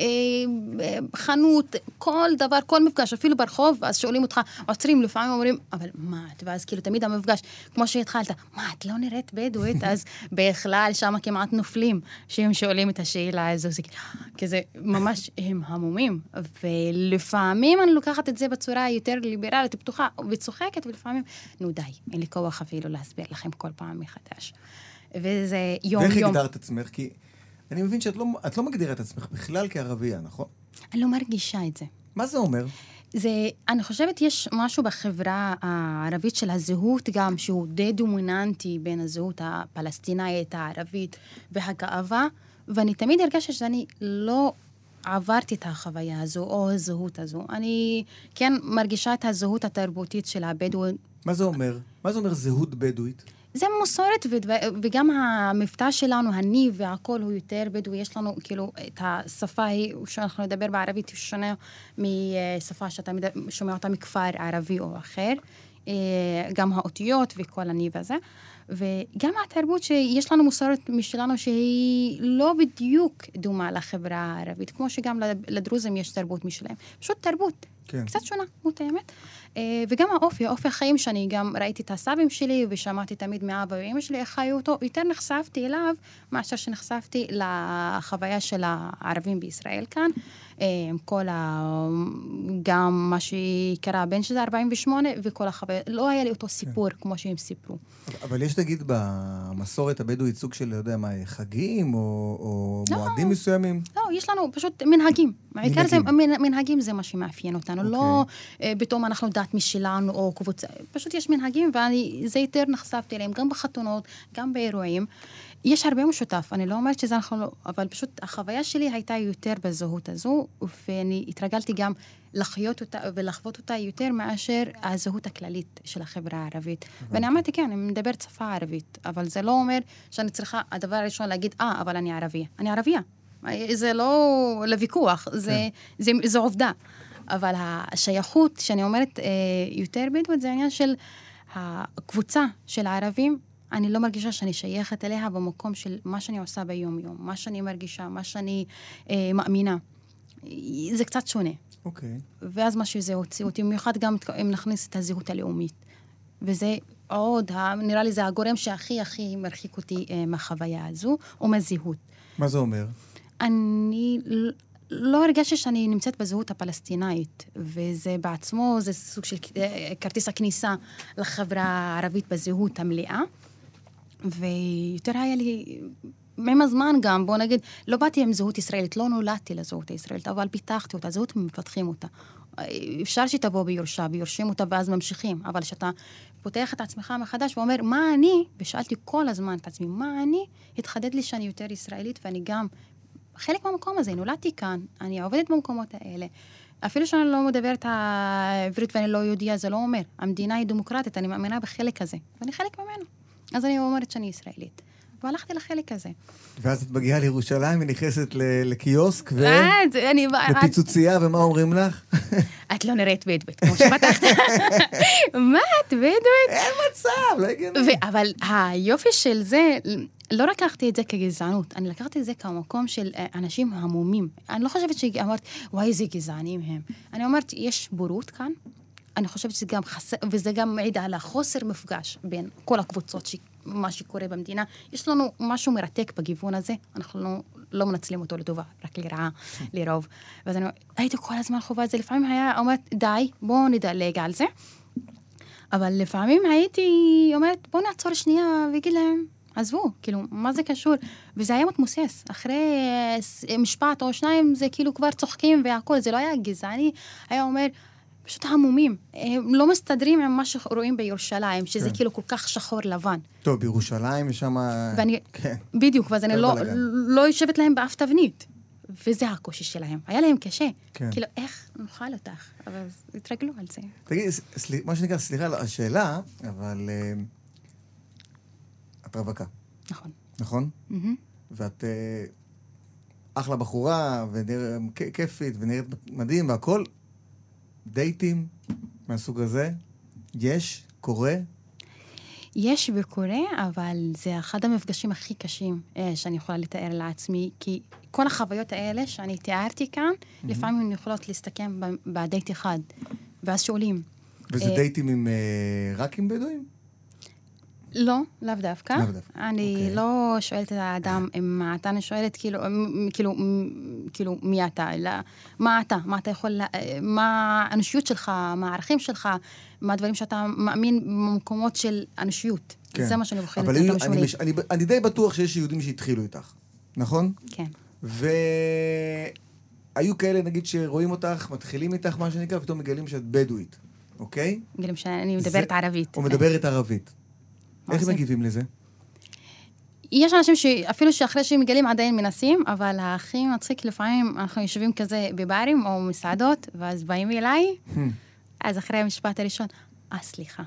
חנות, כל דבר, כל מפגש, אפילו ברחוב, אז שואלים אותך, עוצרים לפעמים, אומרים, אבל מה את? ואז כאילו תמיד המפגש, כמו שהתחלת, מה, את לא נראית בדואית? אז בכלל שם כמעט נופלים, שהם שואלים את השאלה הזו, כי זה ממש הם המומים, ולפעמים אני לוקחת את זה בצורה יותר ליברלית, פתוחה וצוחקת, ולפעמים, נו די, אין לי כוח אפילו להסביר לכם כל פעם מחדש. וזה יום. ואיך הגדרת עצמך? כי אני מבין שאת לא מגדירה את עצמך בכלל כערבייה, נכון? אני לא מרגישה את זה. מה זה אומר? אני חושבת יש משהו בחברה הערבית של הזהות גם, שהוא די דומיננטי בין הזהות הפלסטינאית, הערבית והגאווה, ואני תמיד הרגשת שאני לא עברתי את החוויה הזו, או הזהות הזו. אני כן מרגישה את הזהות התרבותית של הבדואים. מה זה אומר? מה זה אומר זהות בדואית? זה מסורת, וגם המבטא שלנו, הניב והכל הוא יותר בדואי. יש לנו כאילו את השפה היא, שאנחנו נדבר בערבית, היא שונה משפה שאתה שומע אותה מכפר ערבי או אחר. גם האותיות וכל הניב הזה. וגם התרבות שיש לנו מסורת משלנו שהיא לא בדיוק דומה לחברה הערבית, כמו שגם לדרוזים יש תרבות משלהם. פשוט תרבות, כן. קצת שונה, מותאמת. וגם האופי החיים שאני גם ראיתי את הסבים שלי ושמעתי תמיד מאבא ואמא שלי איך חיו אותו, יותר נחשפתי אליו מאשר שנחשפתי לחוויה של הערבים בישראל כאן, עם כל גם מה שקרה בין שזה 48 וכל החוויה, לא היה לי אותו סיפור כמו שהם סיפרו. אבל יש תגיד במסורת הבדואית סוג של, לא יודע מה, חגים או מועדים מסוימים? לא, יש לנו פשוט מנהגים. בעיקר זה מנהגים זה מה שמאפיין אותנו, לא פתאום אנחנו דת משלנו או קבוצה, פשוט יש מנהגים וזה יותר נחשפתי אליהם, גם בחתונות, גם באירועים. יש הרבה משותף, אני לא אומרת שזה אנחנו לא, אבל פשוט החוויה שלי הייתה יותר בזהות הזו, ואני התרגלתי גם לחיות אותה ולחוות אותה יותר מאשר הזהות הכללית של החברה הערבית. ואני אמרתי, כן, אני מדברת שפה ערבית, אבל זה לא אומר שאני צריכה, הדבר הראשון להגיד, אבל אני ערבייה. אני ערבייה. זה לא לוויכוח, זה עובדה. אבל השייכות, שאני אומרת יותר בדואית, זה העניין של הקבוצה של הערבים, אני לא מרגישה שאני שייכת אליה במקום של מה שאני עושה ביום-יום, מה שאני מרגישה, מה שאני מאמינה. זה קצת שונה. אוקיי. ואז משהו זה הוציא אותי, במיוחד גם אם נכניס את הזהות הלאומית. וזה עוד, נראה לי זה הגורם שהכי מרחיק אותי מהחוויה הזו, או מהזהות. מה זה אומר? אני לא הרגשתי שאני נמצאת בזהות הפלסטינאית, וזה בעצמו, זה סוג של כרטיס הכניסה לחברה הערבית בזהות המלאה. ויותר היה לי, עם הזמן גם, בוא נגיד, לא באתי עם זהות ישראלית, לא נולדתי לזהות הישראלית, אבל פיתחתי אותה, זהות מפתחים אותה. אפשר שתבוא ביורשה, ויורשים אותה ואז ממשיכים, אבל שאתה פותח את עצמך מחדש ואומר, מה אני, ושאלתי כל הזמן את עצמי, מה אני, התחדד לי שאני יותר ישראלית, ואני גם חלק מהמקום הזה, נולדתי כאן, אני עובדת במקומות האלה. אפילו שאני לא מדברת העברית ואני לא יהודיה, זה לא אומר. המדינה היא דמוקרטית, אני מאמינה בחלק הזה, ואני חלק ממנו. אז אני אומרת שאני ישראלית. והלכתי לחלק הזה. ואז את מגיעה לירושלים ונכנסת לקיוסק לפיצוצייה, ומה אומרים לך? את לא נראית בדואית, כמו שפתחת. מה, את בדואית? אין מצב, לא הגיוני. אבל היופי של זה, לא לקחתי את זה כגזענות, אני לקחתי את זה כמקום של אנשים המומים. אני לא חושבת שאמרת, וואי, איזה גזענים הם. אני אומרת, יש בורות כאן, אני חושבת שזה גם חסר, וזה גם מעיד על החוסר מפגש בין כל הקבוצות מה שקורה במדינה. יש לנו משהו מרתק בגיוון הזה, אנחנו לא מנצלים אותו לטובה, רק לרעה, לרוב. ואז אני הייתי כל הזמן חובה את זה, לפעמים היה אומרת, די, בואו נדלג על זה. אבל לפעמים הייתי אומרת, בואו נעצור שנייה ויגיד להם, עזבו, כאילו, מה זה קשור? וזה היה מתמוסס. אחרי משפט או שניים, זה כאילו כבר צוחקים והכל, זה לא היה גזעני. היה אומר, פשוט המומים. הם לא מסתדרים עם מה שרואים בירושלים, שזה כאילו כל כך שחור לבן. טוב, בירושלים יש שם... בדיוק, ואז אני לא יושבת להם באף תבנית. וזה הקושי שלהם. היה להם קשה. כאילו, איך נאכל אותך? אבל התרגלו על זה. תגיד, מה שנקרא, סליחה על השאלה, אבל... את רווקה. נכון. נכון? ואת אחלה בחורה, וכיפית, ונראית מדהים, והכל דייטים מהסוג הזה. יש, קורה? יש וקורה, אבל זה אחד המפגשים הכי קשים שאני יכולה לתאר לעצמי, כי כל החוויות האלה שאני תיארתי כאן, לפעמים הן יכולות להסתכם בדייט אחד, ואז שואלים. וזה דייטים רק עם בדואים? לא, לאו דווקא. אני לא שואלת את האדם מה אתה, אני שואלת כאילו מי אתה, אלא מה אתה יכול, מה האנושיות שלך, מה הערכים שלך, מה הדברים שאתה מאמין במקומות של אנושיות. זה מה שאני בוחרת. אבל אני די בטוח שיש יהודים שהתחילו איתך, נכון? כן. והיו כאלה, נגיד, שרואים אותך, מתחילים איתך, מה שנקרא, ופתאום מגלים שאת בדואית, אוקיי? מגלים שאני מדברת ערבית. או מדברת ערבית. איך מגיבים לזה? יש אנשים שאפילו שאחרי שהם מגלים עדיין מנסים, אבל הכי מצחיק לפעמים אנחנו יושבים כזה בברים או מסעדות, ואז באים אליי, אז אחרי המשפט הראשון, סליחה.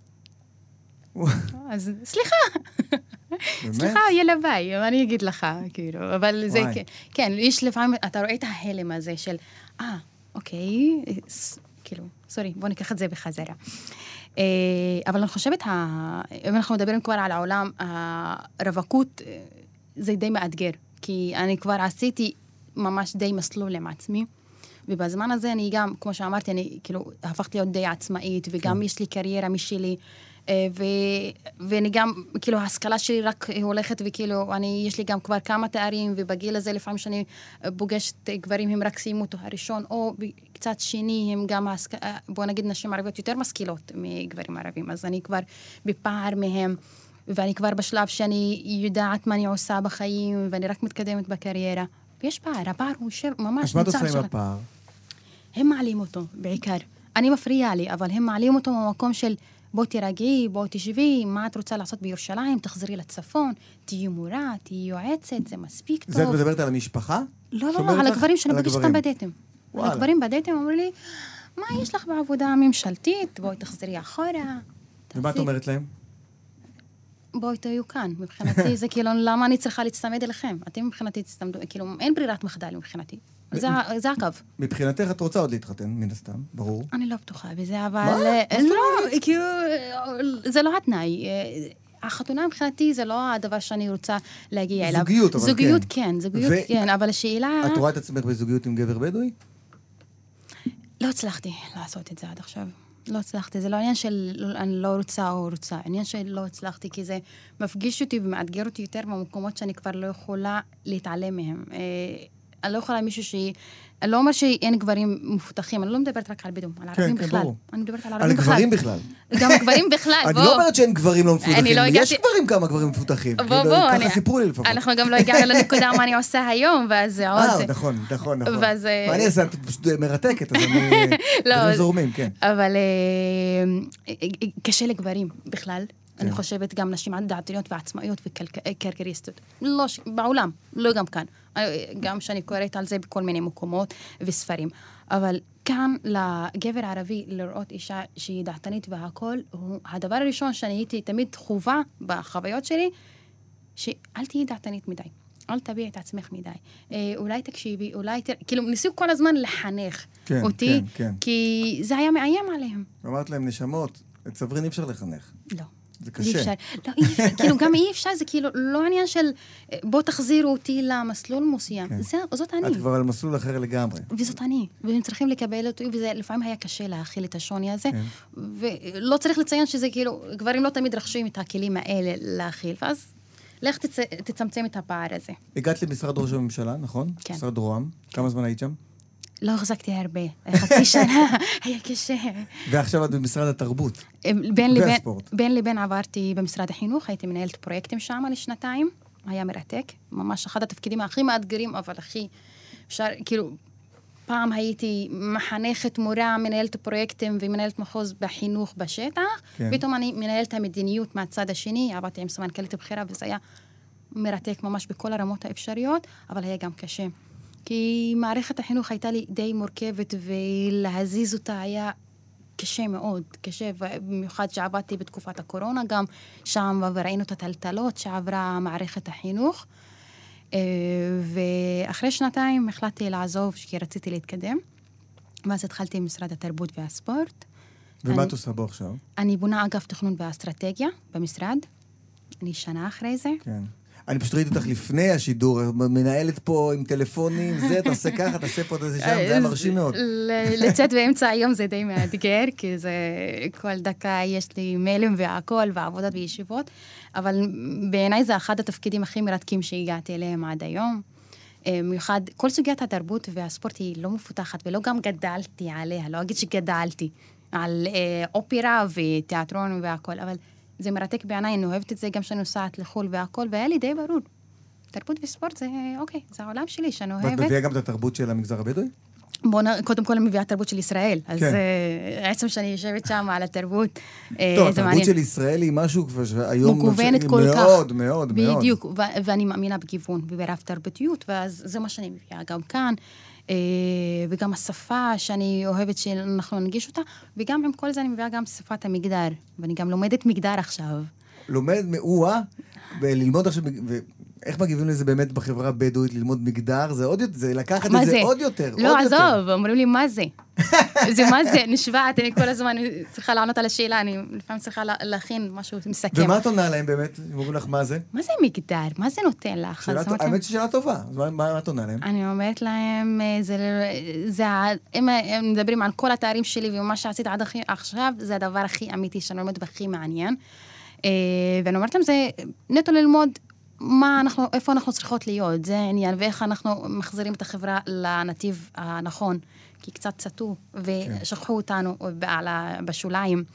אז סליחה. סליחה, יאללה ביי, אני אגיד לך, כאילו, אבל זה, כן, יש לפעמים, אתה רואה את ההלם הזה של, אוקיי, כאילו, סורי, בוא ניקח את זה בחזרה. אבל אני חושבת, אם אנחנו מדברים כבר על העולם, הרווקות זה די מאתגר, כי אני כבר עשיתי ממש די מסלול עם עצמי, ובזמן הזה אני גם, כמו שאמרתי, אני כאילו הפכתי להיות די עצמאית, וגם יש לי קריירה משלי, ואני גם, כאילו, ההשכלה שלי רק הולכת, וכאילו, יש לי גם כבר כמה תארים, ובגיל הזה לפעמים שאני פוגשת גברים, הם רק סיימו אותו הראשון, או קצת שני, הם גם, בוא נגיד, נשים ערביות יותר משכילות מגברים ערבים, אז אני כבר בפער מהם, ואני כבר בשלב שאני יודעת מה אני עושה בחיים, ואני רק מתקדמת בקריירה. ויש פער, הפער הוא ממש... אז מה אתה עושה עם הפער? הם מעלים אותו, בעיקר. אני מפריע לי, אבל הם מעלים אותו במקום של בוא תירגעי, בוא תשבי, מה את רוצה לעשות בירושלים, תחזרי לצפון, תהיי מורה, תהיי יועצת, זה מספיק טוב. זה את מדברת על המשפחה? לא, על הגברים שאני פוגשת אותם בדייטים. על הגברים בדייטים אומרים לי, מה יש לך בעבודה הממשלתית? בואי תחזרי אחורה. ומה את אומרת להם? בואי תהיו כאן, מבחינתי זה כאילו, למה אני צריכה להצטמד אליכם? אתם מבחינתי תצטמדו, כאילו, אין ברירת מחדל מבחינתי. זה הקו. מבחינתך את רוצה עוד להתחתן, מן הסתם, ברור. אני לא בטוחה בזה, אבל... לא, כאילו, זה לא התנאי. החתונה מבחינתי זה לא הדבר שאני רוצה להגיע אליו. זוגיות, אבל זוגיות כן, זוגיות כן, אבל השאלה... את רואה את עצמך בזוגיות עם גבר בדואי? לא הצלחתי לעשות את זה עד עכשיו. לא הצלחתי, זה לא עניין של אני לא רוצה או רוצה, עניין של לא הצלחתי, כי זה מפגיש אותי ומאתגר אותי יותר במקומות שאני כבר לא יכולה להתעלם מהם. אני לא יכולה מישהו אני לא אומר שאין גברים מפותחים, אני לא מדברת רק על בדואים, על ערבים בכלל. אני מדברת על ערבים בכלל. על גברים בכלל. גם גברים בכלל, בוא. אני לא אומרת שאין גברים לא מפותחים, יש גברים כמה גברים מפותחים. בוא, ככה סיפרו לי לפחות. אנחנו גם לא הגענו לנקודה מה אני עושה היום, ואז זה עוד... נכון. מה אני אעשה? את פשוט מרתקת, אז אני זורמים, כן. אבל קשה לגברים בכלל. אני חושבת גם נשים דעתניות ועצמאיות וקרקריסטיות. לא, בעולם, לא גם כאן. גם שאני קוראת על זה בכל מיני מקומות וספרים. אבל כאן לגבר ערבי לראות אישה שהיא דעתנית והכל, הדבר הראשון שאני הייתי תמיד חובה בחוויות שלי, שאל תהיי דעתנית מדי. אל תביע את עצמך מדי. אולי תקשיבי, כאילו ניסו כל הזמן לחנך אותי, כי זה היה מאיים עליהם. אמרת להם נשמות, את סברין אי אפשר לחנך. לא. זה קשה. לא, כאילו גם אי אפשר, זה כאילו לא עניין של בוא תחזירו אותי למסלול מסוים. זאת אני. את כבר על מסלול אחר לגמרי. וזאת אני. והם צריכים לקבל אותי, וזה לפעמים היה קשה להכיל את השוני הזה. ולא צריך לציין שזה כאילו, גברים לא תמיד רכשים את הכלים האלה להכיל. ואז לך תצמצם את הפער הזה. הגעת למשרד ראש הממשלה, נכון? כן. משרד רוה"מ. כמה זמן היית שם? לא החזקתי הרבה, חצי שנה, היה קשה. ועכשיו את במשרד התרבות והספורט. בין לבין עברתי במשרד החינוך, הייתי מנהלת פרויקטים שם לשנתיים, היה מרתק, ממש אחד התפקידים הכי מאתגרים, אבל הכי אפשר, כאילו, פעם הייתי מחנכת מורה, מנהלת פרויקטים ומנהלת מחוז בחינוך בשטח, פתאום אני מנהלת המדיניות מהצד השני, עבדתי עם סמנכ"לית הבחירה, וזה היה מרתק ממש בכל הרמות האפשריות, אבל היה גם קשה. כי מערכת החינוך הייתה לי די מורכבת, ולהזיז אותה היה קשה מאוד, קשה, במיוחד שעבדתי בתקופת הקורונה גם שם, וראינו את הטלטלות שעברה מערכת החינוך. ואחרי שנתיים החלטתי לעזוב, כי רציתי להתקדם, ואז התחלתי עם משרד התרבות והספורט. ומה את עושה בו עכשיו? אני בונה אגף תכנון ואסטרטגיה במשרד, אני שנה אחרי זה. כן. אני פשוט ראיתי אותך לפני השידור, מנהלת פה עם טלפונים, זה, תעשה ככה, תעשה פה, תעשה שם, זה היה מרשים מאוד. לצאת באמצע היום זה די מאתגר, כי זה כל דקה יש לי מיילים והכל, ועבודות וישיבות, אבל בעיניי זה אחד התפקידים הכי מרתקים שהגעתי אליהם עד היום. מיוחד, כל סוגיית התרבות והספורט היא לא מפותחת, ולא גם גדלתי עליה, לא אגיד שגדלתי על אופרה ותיאטרון והכל, אבל זה מרתק בעיניי, אני אוהבת את זה גם שאני נוסעת לחול והכל, והיה לי די ברור. תרבות וספורט זה, אוקיי, זה העולם שלי שאני אוהבת. ואת מביאה גם את התרבות של המגזר הבדואי? קודם כל אני מביאה תרבות של ישראל, אז עצם שאני יושבת שם על התרבות, טוב, התרבות של ישראל היא משהו כבר שהיום מגוונת כל כך. מאוד, מאוד, מאוד. בדיוק, ואני מאמינה בגיוון וברב תרבותיות, ואז זה מה שאני מביאה גם כאן. וגם השפה שאני אוהבת שאנחנו ננגיש אותה, וגם עם כל זה אני מביאה גם שפת המגדר, ואני גם לומדת מגדר עכשיו. לומדת וללמוד עכשיו, ואיך מגיבים לזה באמת בחברה הבדואית, ללמוד מגדר, זה עוד יותר, זה לקחת את זה עוד יותר. לא, עזוב, אומרים לי מה זה? זה מה זה? נשבעת, אני כל הזמן צריכה לענות על השאלה, אני לפעמים צריכה להכין משהו מסכם. ומה את עונה להם באמת? אומרים לך מה זה? מה זה מגדר? מה זה נותן לך? האמת ששאלה טובה, מה את עונה להם? אני אומרת להם, אם הם מדברים על כל התארים שלי ומה שעשית עד עכשיו, זה הדבר הכי אמיתי שאני לומדת והכי מעניין. ואני אומרת להם, זה נטו ללמוד איפה אנחנו צריכות להיות, זה עניין, ואיך אנחנו מחזירים את החברה לנתיב הנכון, כי קצת סטו, ושכחו אותנו בשוליים.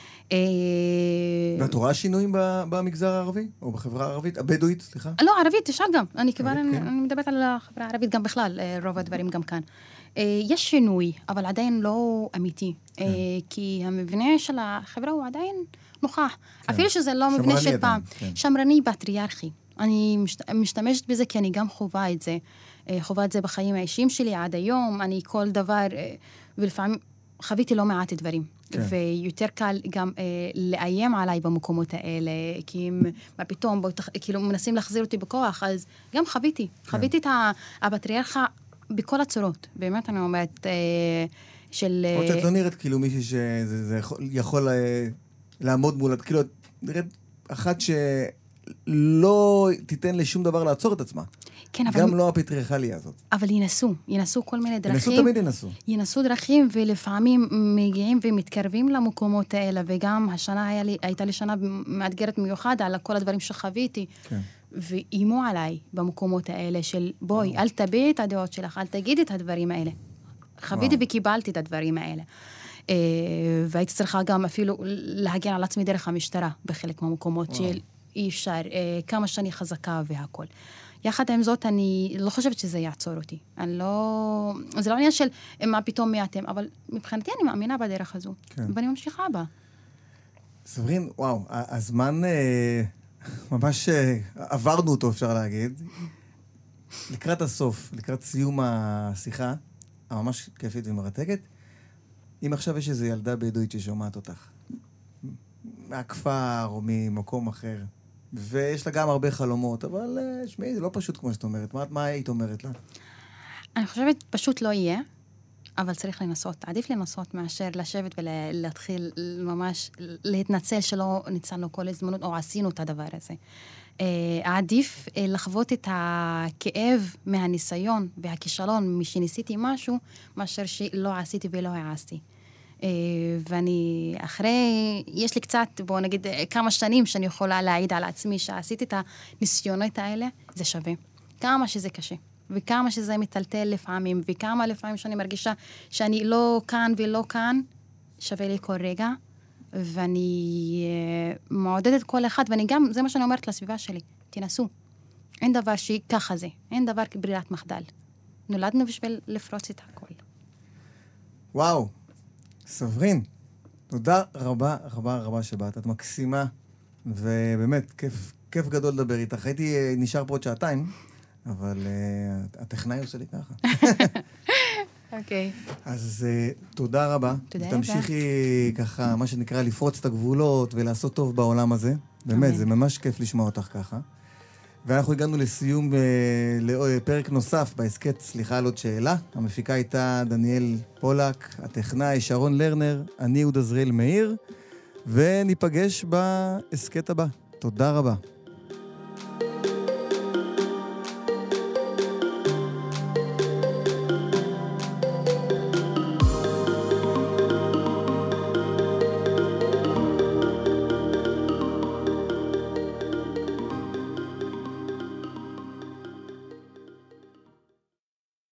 ואת רואה שינויים במגזר הערבי? או בחברה הערבית? הבדואית, סליחה? לא, ערבית, תשאל גם. אני מדברת על החברה הערבית גם בכלל, רוב הדברים גם כאן. יש שינוי, אבל עדיין לא אמיתי. כי המבנה של החברה הוא עדיין נוכח. אפילו שזה לא מבנה של פעם. שמרני פטריארכי. אני משתמשת בזה כי אני גם חובה את זה. חובה את זה בחיים האישיים שלי עד היום. אני כל דבר, ולפעמים חוויתי לא מעט דברים. ויותר קל גם לאיים עליי במקומות האלה, כי מה פתאום, כאילו מנסים להחזיר אותי בכוח, אז גם חוויתי את הפטריארכה בכל הצורות. באמת אני אומרת של... עוד שאת לא נראית כאילו מישהי שזה יכול לעמוד מול, כאילו, נראית אחת שלא תיתן לשום דבר לעצור את עצמה. כן, אבל... גם לא הפטריארכליה הזאת. אבל ינסו כל מיני דרכים. ינסו תמיד ינסו. ינסו דרכים, ולפעמים מגיעים ומתקרבים למקומות האלה, וגם השנה הייתה לי שנה מאתגרת מיוחד על כל הדברים שחוויתי. כן. ואימו עליי במקומות האלה של בואי, אל תביעי את הדעות שלך, אל תגידי את הדברים האלה. חוויתי וקיבלתי את הדברים האלה. והייתי צריכה גם אפילו להגן על עצמי דרך המשטרה, בחלק מהמקומות של אי אפשר, כמה שאני חזקה והכל. יחד עם זאת, אני לא חושבת שזה יעצור אותי. זה לא עניין של מה פתאום מי אתם, אבל מבחינתי אני מאמינה בדרך הזו. כן. ואני ממשיכה בה. סברין, וואו, הזמן ממש עברנו אותו, אפשר להגיד. לקראת הסוף, לקראת סיום השיחה, הממש כיפית ומרתקת, אם עכשיו יש איזו ילדה בדואית ששומעת אותך, מהכפר או ממקום אחר, ויש לה גם הרבה חלומות, אבל שמעי, זה לא פשוט כמו שאת אומרת. מה היית אומרת לה? אני חושבת פשוט לא יהיה, אבל צריך לנסות. עדיף לנסות מאשר לשבת ולהתחיל ממש להתנצל שלא ניצלנו כל הזמנות, או עשינו את הדבר הזה. עדיף לחוות את הכאב מהניסיון והכישלון משניסיתי משהו, מאשר שלא עשיתי ולא העשתי. ואני יש לי קצת, בוא נגיד, כמה שנים שאני יכולה להעיד על עצמי שעשיתי את הניסיונות האלה, זה שווה. כמה שזה קשה, וכמה שזה מטלטל לפעמים, וכמה לפעמים שאני מרגישה שאני לא כאן ולא כאן, שווה לי כל רגע, ואני מעודדת כל אחד, ואני גם, זה מה שאני אומרת לסביבה שלי, תנסו. אין דבר שככה זה, אין דבר כברירת מחדל. נולדנו בשביל לפרוץ את הכל. וואו. סברין, תודה רבה, רבה, רבה שבאת. את מקסימה, ובאמת, כיף גדול לדבר איתך. הייתי נשאר פה עוד שעתיים, אבל הטכנאי עושה לי ככה. אוקיי. אז תודה רבה. תודה רבה. תמשיכי ככה, מה שנקרא, לפרוץ את הגבולות ולעשות טוב בעולם הזה. באמת, זה ממש כיף לשמוע אותך ככה. ואנחנו הגענו לסיום לפרק נוסף בהסקט סליחה על עוד שאלה. המפיקה הייתה דניאל פולק, הטכנאי שרון לרנר, אני יהודה זריאל מאיר, וניפגש בהסקט הבא. תודה רבה.